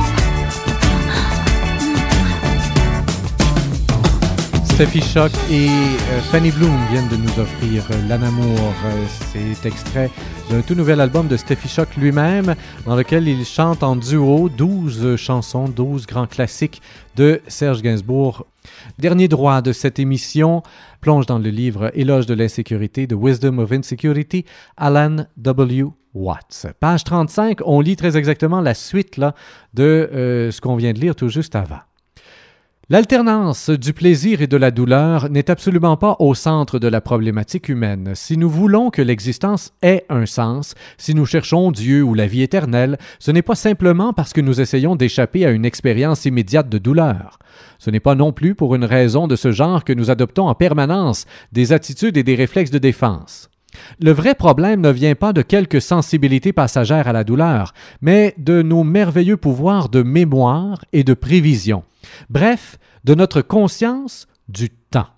Steffi Shock et euh, Fanny Bloom viennent de nous offrir euh, L'Anamour. Euh, c'est extrait d'un tout nouvel album de Steffi Shock lui-même, dans lequel il chante en duo douze chansons, douze grands classiques de Serge Gainsbourg. Dernier droit de cette émission plonge dans le livre Éloge de l'insécurité, The Wisdom of Insecurity, Alan W. Watts. Page trente-cinq, on lit très exactement la suite là, de euh, ce qu'on vient de lire tout juste avant. L'alternance du plaisir et de la douleur n'est absolument pas au centre de la problématique humaine. Si nous voulons que l'existence ait un sens, si nous cherchons Dieu ou la vie éternelle, ce n'est pas simplement parce que nous essayons d'échapper à une expérience immédiate de douleur. Ce n'est pas non plus pour une raison de ce genre que nous adoptons en permanence des attitudes et des réflexes de défense. Le vrai problème ne vient pas de quelque sensibilité passagère à la douleur, mais de nos merveilleux pouvoirs de mémoire et de prévision. Bref, de notre conscience du temps.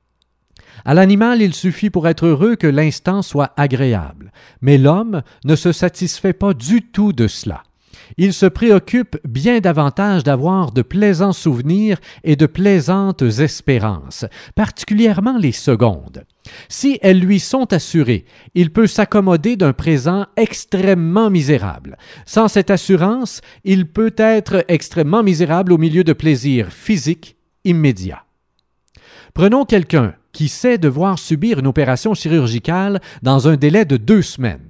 À l'animal, il suffit pour être heureux que l'instant soit agréable, mais l'homme ne se satisfait pas du tout de cela. Il se préoccupe bien davantage d'avoir de plaisants souvenirs et de plaisantes espérances, particulièrement les secondes. Si elles lui sont assurées, il peut s'accommoder d'un présent extrêmement misérable. Sans cette assurance, il peut être extrêmement misérable au milieu de plaisirs physiques immédiats. Prenons quelqu'un qui sait devoir subir une opération chirurgicale dans un délai de deux semaines.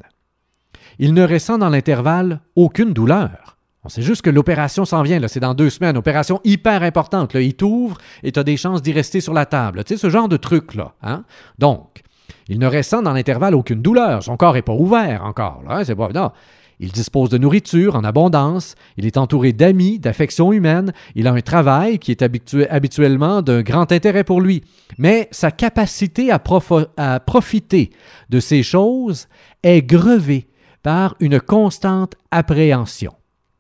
Il ne ressent dans l'intervalle aucune douleur. On sait juste que l'opération s'en vient, là, c'est dans deux semaines, opération hyper importante. Là, il t'ouvre et tu as des chances d'y rester sur la table. Tu sais, ce genre de truc-là. Hein? Donc, il ne ressent dans l'intervalle aucune douleur. Son corps n'est pas ouvert encore. Là, hein? C'est pas, non. Il dispose de nourriture en abondance, il est entouré d'amis, d'affections humaines, il a un travail qui est habitu- habituellement d'un grand intérêt pour lui. Mais sa capacité à, profo- à profiter de ces choses est grevée par une constante appréhension.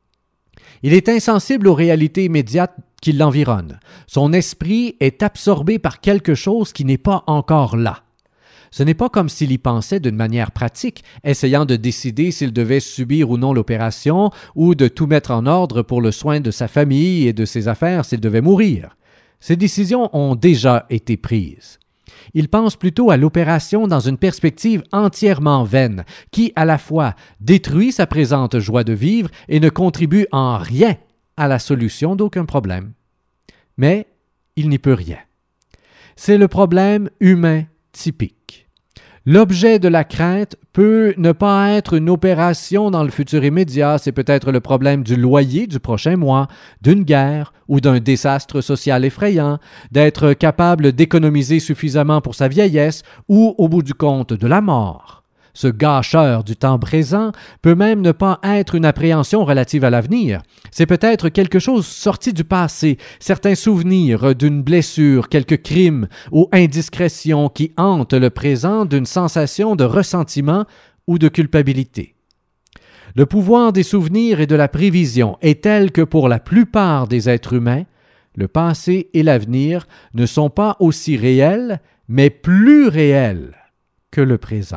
Il est insensible aux réalités immédiates qui l'environnent. Son esprit est absorbé par quelque chose qui n'est pas encore là. Ce n'est pas comme s'il y pensait d'une manière pratique, essayant de décider s'il devait subir ou non l'opération ou de tout mettre en ordre pour le soin de sa famille et de ses affaires s'il devait mourir. Ces décisions ont déjà été prises. Il pense plutôt à l'opération dans une perspective entièrement vaine, qui à la fois détruit sa présente joie de vivre et ne contribue en rien à la solution d'aucun problème. Mais il n'y peut rien. C'est le problème humain typique. L'objet de la crainte peut ne pas être une opération dans le futur immédiat, c'est peut-être le problème du loyer du prochain mois, d'une guerre ou d'un désastre social effrayant, d'être capable d'économiser suffisamment pour sa vieillesse ou, au bout du compte, de la mort. ce gâcheur du temps présent, peut même ne pas être une appréhension relative à l'avenir. C'est peut-être quelque chose sorti du passé, certains souvenirs d'une blessure, quelques crimes ou indiscrétions qui hantent le présent d'une sensation de ressentiment ou de culpabilité. Le pouvoir des souvenirs et de la prévision est tel que pour la plupart des êtres humains, le passé et l'avenir ne sont pas aussi réels, mais plus réels que le présent.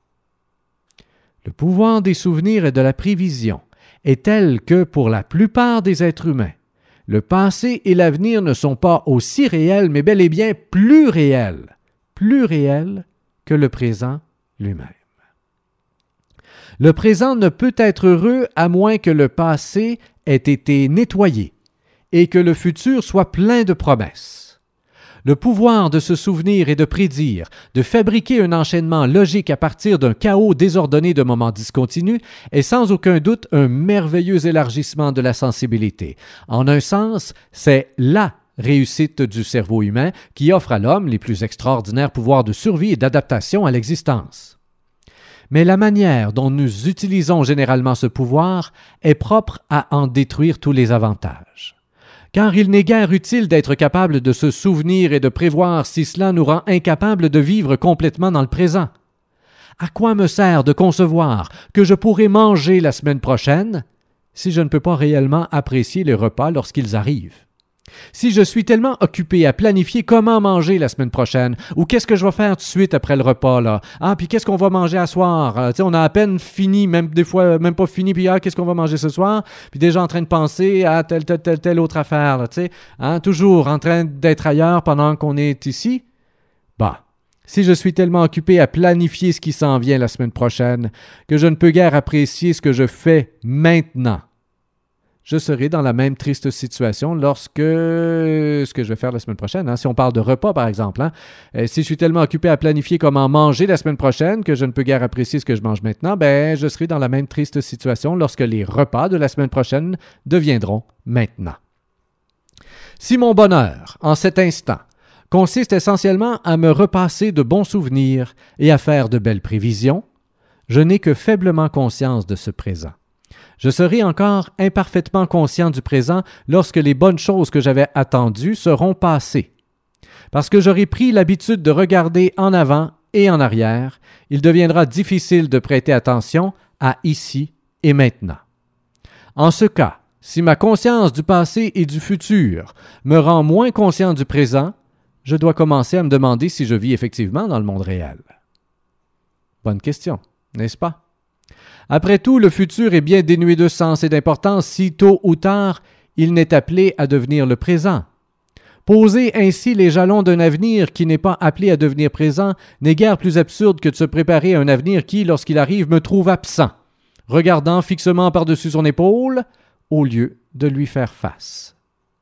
Le pouvoir des souvenirs et de la prévision est tel que pour la plupart des êtres humains, le passé et l'avenir ne sont pas aussi réels, mais bel et bien plus réels, plus réels que le présent lui-même. Le présent ne peut être heureux à moins que le passé ait été nettoyé et que le futur soit plein de promesses. Le pouvoir de se souvenir et de prédire, de fabriquer un enchaînement logique à partir d'un chaos désordonné de moments discontinus est sans aucun doute un merveilleux élargissement de la sensibilité. En un sens, c'est la réussite du cerveau humain qui offre à l'homme les plus extraordinaires pouvoirs de survie et d'adaptation à l'existence. Mais la manière dont nous utilisons généralement ce pouvoir est propre à en détruire tous les avantages. Car il n'est guère utile d'être capable de se souvenir et de prévoir si cela nous rend incapables de vivre complètement dans le présent. À quoi me sert de concevoir que je pourrai manger la semaine prochaine si je ne peux pas réellement apprécier les repas lorsqu'ils arrivent? Si je suis tellement occupé à planifier comment manger la semaine prochaine, ou qu'est-ce que je vais faire tout de suite après le repas, là? Ah, puis qu'est-ce qu'on va manger à soir? Euh, tu sais, on a à peine fini, même des fois, même pas fini, puis ah, qu'est-ce qu'on va manger ce soir? Puis déjà en train de penser à telle, telle, telle, telle autre affaire, là, tu sais. Hein? Toujours en train d'être ailleurs pendant qu'on est ici. Bah, si je suis tellement occupé à planifier ce qui s'en vient la semaine prochaine, que je ne peux guère apprécier ce que je fais maintenant, je serai dans la même triste situation lorsque ce que je vais faire la semaine prochaine. Hein, si on parle de repas, par exemple. Hein, euh, si je suis tellement occupé à planifier comment manger la semaine prochaine que je ne peux guère apprécier ce que je mange maintenant, ben, je serai dans la même triste situation lorsque les repas de la semaine prochaine deviendront maintenant. Si mon bonheur, en cet instant, consiste essentiellement à me repasser de bons souvenirs et à faire de belles prévisions, je n'ai que faiblement conscience de ce présent. Je serai encore imparfaitement conscient du présent lorsque les bonnes choses que j'avais attendues seront passées. Parce que j'aurai pris l'habitude de regarder en avant et en arrière, il deviendra difficile de prêter attention à ici et maintenant. En ce cas, si ma conscience du passé et du futur me rend moins conscient du présent, je dois commencer à me demander si je vis effectivement dans le monde réel. Bonne question, n'est-ce pas? Après tout, le futur est bien dénué de sens et d'importance si tôt ou tard il n'est appelé à devenir le présent. Poser ainsi les jalons d'un avenir qui n'est pas appelé à devenir présent n'est guère plus absurde que de se préparer à un avenir qui, lorsqu'il arrive, me trouve absent, regardant fixement par-dessus son épaule, au lieu de lui faire face.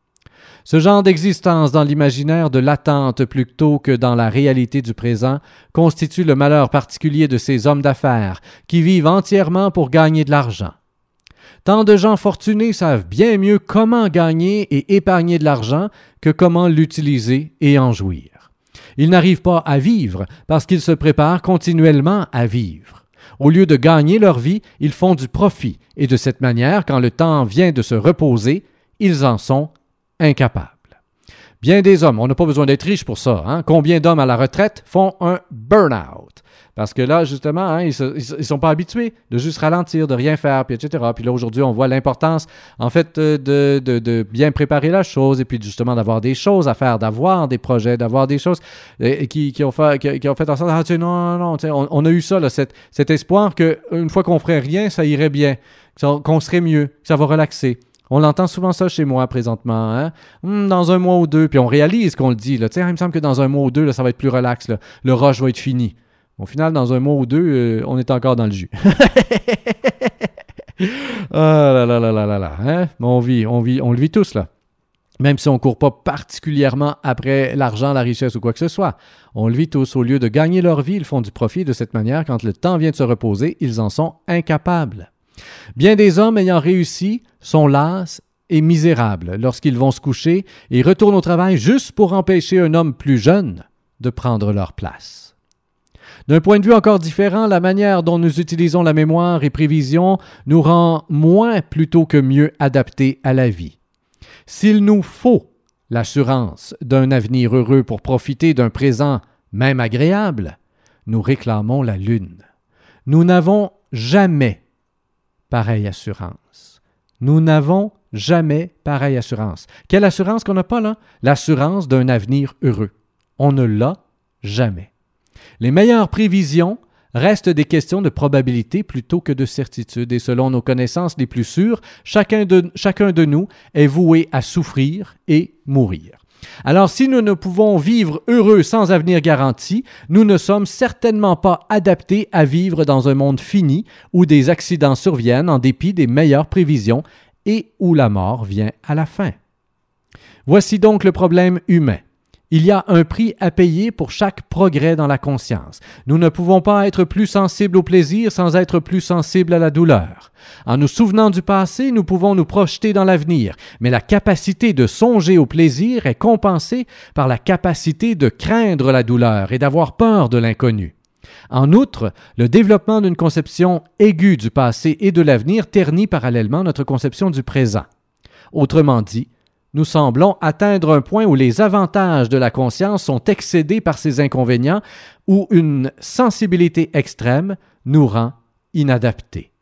Ce genre d'existence dans l'imaginaire de l'attente plutôt que dans la réalité du présent constitue le malheur particulier de ces hommes d'affaires qui vivent entièrement pour gagner de l'argent. Tant de gens fortunés savent bien mieux comment gagner et épargner de l'argent que comment l'utiliser et en jouir. Ils n'arrivent pas à vivre parce qu'ils se préparent continuellement à vivre. Au lieu de gagner leur vie, ils font du profit et de cette manière, quand le temps vient de se reposer, ils en sont incapables. Bien des hommes, on n'a pas besoin d'être riche pour ça. Hein? Combien d'hommes à la retraite font un burn-out? Parce que là, justement, hein, ils ne sont pas habitués de juste ralentir, de rien faire, puis et cetera. Puis là, aujourd'hui, on voit l'importance, en fait, de, de, de bien préparer la chose et puis justement d'avoir des choses à faire, d'avoir des projets, d'avoir des choses euh, qui, qui, ont fait, qui, qui ont fait en sorte, ah, tu sais, non, non, non, tu sais, on, on a eu ça, là, cet, cet espoir qu'une fois qu'on ferait rien, ça irait bien, qu'on serait mieux, que ça va relaxer. On l'entend souvent ça chez moi présentement. Hein? Hum, dans un mois ou deux, puis on réalise qu'on le dit. Là. Il me semble que dans un mois ou deux, là, ça va être plus relax. Là. Le rush va être fini. Au final, dans un mois ou deux, euh, on est encore dans le jus. Ah là là là là là là. Hein? On vit, on vit, on le vit tous là. Même si on ne court pas particulièrement après l'argent, la richesse ou quoi que ce soit. On le vit tous. Au lieu de gagner leur vie, ils font du profit de cette manière. Quand le temps vient de se reposer, ils en sont incapables. Bien des hommes ayant réussi sont las et misérables lorsqu'ils vont se coucher et retournent au travail juste pour empêcher un homme plus jeune de prendre leur place. D'un point de vue encore différent, la manière dont nous utilisons la mémoire et prévision nous rend moins plutôt que mieux adaptés à la vie. S'il nous faut l'assurance d'un avenir heureux pour profiter d'un présent même agréable, nous réclamons la lune. Nous n'avons jamais pareille assurance. Nous n'avons jamais pareille assurance. Quelle assurance qu'on n'a pas là? L'assurance d'un avenir heureux. On ne l'a jamais. Les meilleures prévisions restent des questions de probabilité plutôt que de certitude, et selon nos connaissances les plus sûres, chacun de, chacun de nous est voué à souffrir et mourir. Alors, si nous ne pouvons vivre heureux sans avenir garanti, nous ne sommes certainement pas adaptés à vivre dans un monde fini où des accidents surviennent en dépit des meilleures prévisions et où la mort vient à la fin. Voici donc le problème humain. Il y a un prix à payer pour chaque progrès dans la conscience. Nous ne pouvons pas être plus sensibles au plaisir sans être plus sensibles à la douleur. En nous souvenant du passé, nous pouvons nous projeter dans l'avenir, mais la capacité de songer au plaisir est compensée par la capacité de craindre la douleur et d'avoir peur de l'inconnu. En outre, le développement d'une conception aiguë du passé et de l'avenir ternit parallèlement notre conception du présent. Autrement dit, nous semblons atteindre un point où les avantages de la conscience sont excédés par ses inconvénients, où une sensibilité extrême nous rend inadaptés.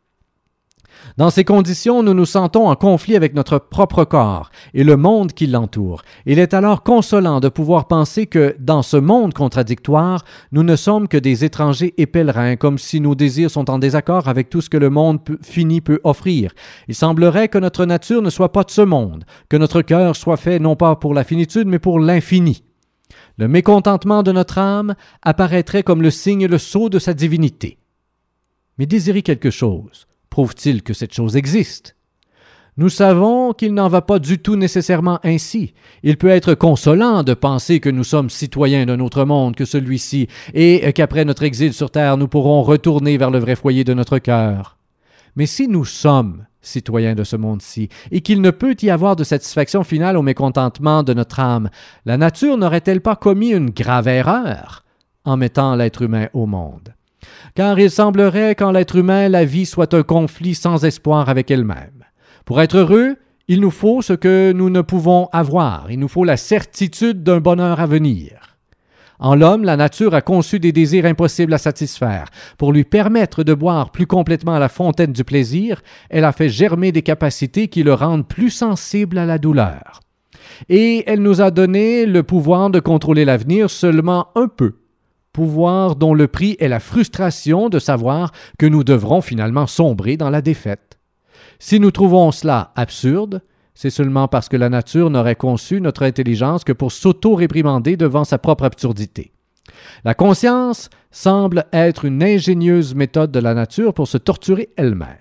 Dans ces conditions, nous nous sentons en conflit avec notre propre corps et le monde qui l'entoure. Il est alors consolant de pouvoir penser que, dans ce monde contradictoire, nous ne sommes que des étrangers et pèlerins, comme si nos désirs sont en désaccord avec tout ce que le monde peut, fini peut offrir. Il semblerait que notre nature ne soit pas de ce monde, que notre cœur soit fait non pas pour la finitude, mais pour l'infini. Le mécontentement de notre âme apparaîtrait comme le signe et le sceau de sa divinité. Mais désirer quelque chose prouve-t-il que cette chose existe? Nous savons qu'il n'en va pas du tout nécessairement ainsi. Il peut être consolant de penser que nous sommes citoyens d'un autre monde que celui-ci et qu'après notre exil sur terre, nous pourrons retourner vers le vrai foyer de notre cœur. Mais si nous sommes citoyens de ce monde-ci et qu'il ne peut y avoir de satisfaction finale au mécontentement de notre âme, la nature n'aurait-elle pas commis une grave erreur en mettant l'être humain au monde? Car il semblerait qu'en l'être humain, la vie soit un conflit sans espoir avec elle-même. Pour être heureux, il nous faut ce que nous ne pouvons avoir. Il nous faut la certitude d'un bonheur à venir. En l'homme, la nature a conçu des désirs impossibles à satisfaire. Pour lui permettre de boire plus complètement à la fontaine du plaisir, elle a fait germer des capacités qui le rendent plus sensible à la douleur. Et elle nous a donné le pouvoir de contrôler l'avenir seulement un peu. Pouvoir dont le prix est la frustration de savoir que nous devrons finalement sombrer dans la défaite. Si nous trouvons cela absurde, c'est seulement parce que la nature n'aurait conçu notre intelligence que pour s'auto-réprimander devant sa propre absurdité. La conscience semble être une ingénieuse méthode de la nature pour se torturer elle-même.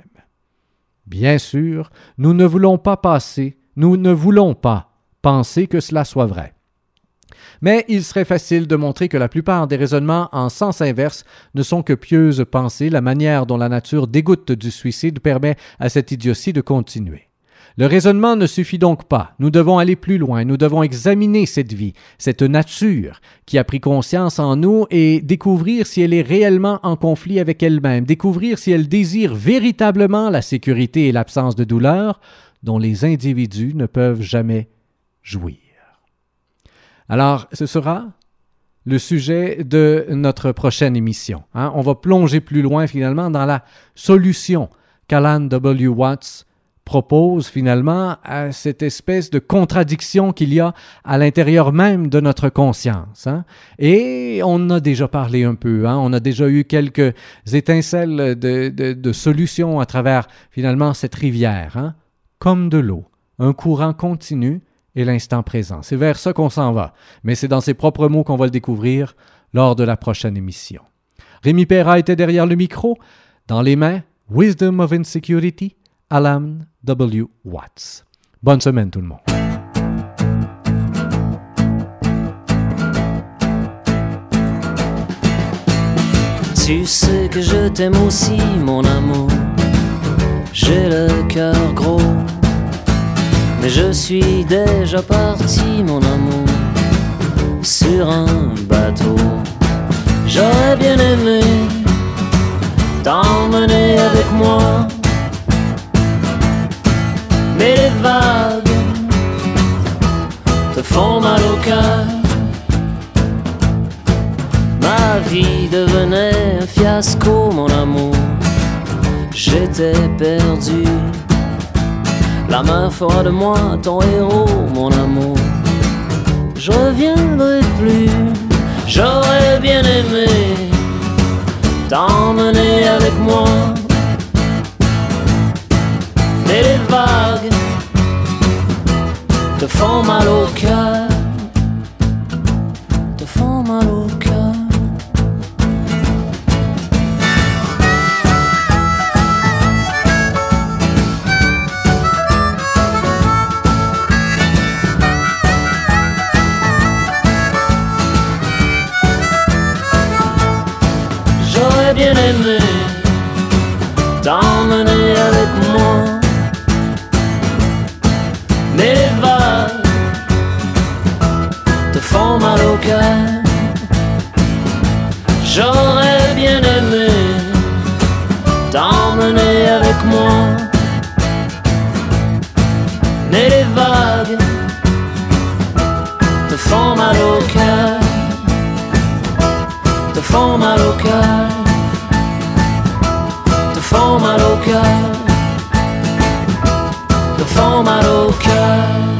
Bien sûr, nous ne voulons pas passer, nous ne voulons pas penser que cela soit vrai. Mais il serait facile de montrer que la plupart des raisonnements en sens inverse ne sont que pieuses pensées. La manière dont la nature dégoûte du suicide permet à cette idiotie de continuer. Le raisonnement ne suffit donc pas. Nous devons aller plus loin. Nous devons examiner cette vie, cette nature qui a pris conscience en nous et découvrir si elle est réellement en conflit avec elle-même, découvrir si elle désire véritablement la sécurité et l'absence de douleur dont les individus ne peuvent jamais jouir. Alors, ce sera le sujet de notre prochaine émission. Hein? On va plonger plus loin finalement dans la solution qu'Alan W. Watts propose finalement à cette espèce de contradiction qu'il y a à l'intérieur même de notre conscience. Hein? Et on en a déjà parlé un peu, hein? On a déjà eu quelques étincelles de, de, de solutions à travers finalement cette rivière, hein? Comme de l'eau, un courant continu et l'instant présent. C'est vers ça qu'on s'en va, mais c'est dans ses propres mots qu'on va le découvrir lors de la prochaine émission. Rémi Perra était derrière le micro, dans les mains, Wisdom of Insecurity, Alan W. Watts. Bonne semaine tout le monde. Tu sais que je t'aime aussi, mon amour, j'ai le cœur gros. Mais je suis déjà parti, mon amour, sur un bateau. J'aurais bien aimé t'emmener avec moi, mais les vagues te font mal au cœur. Ma vie devenait un fiasco, mon amour. J'étais perdu. La main fera de moi ton héros, mon amour. Je reviendrai plus. J'aurais bien aimé t'emmener avec moi, mais les vagues te font mal au cœur, te font mal au cœur. J'aurais bien aimé t'emmener avec moi, mais les vagues te font mal au cœur. J'aurais bien aimé t'emmener avec moi, mais les vagues te font mal au cœur, te font mal au cœur, te font mal au cœur, te font mal au cœur.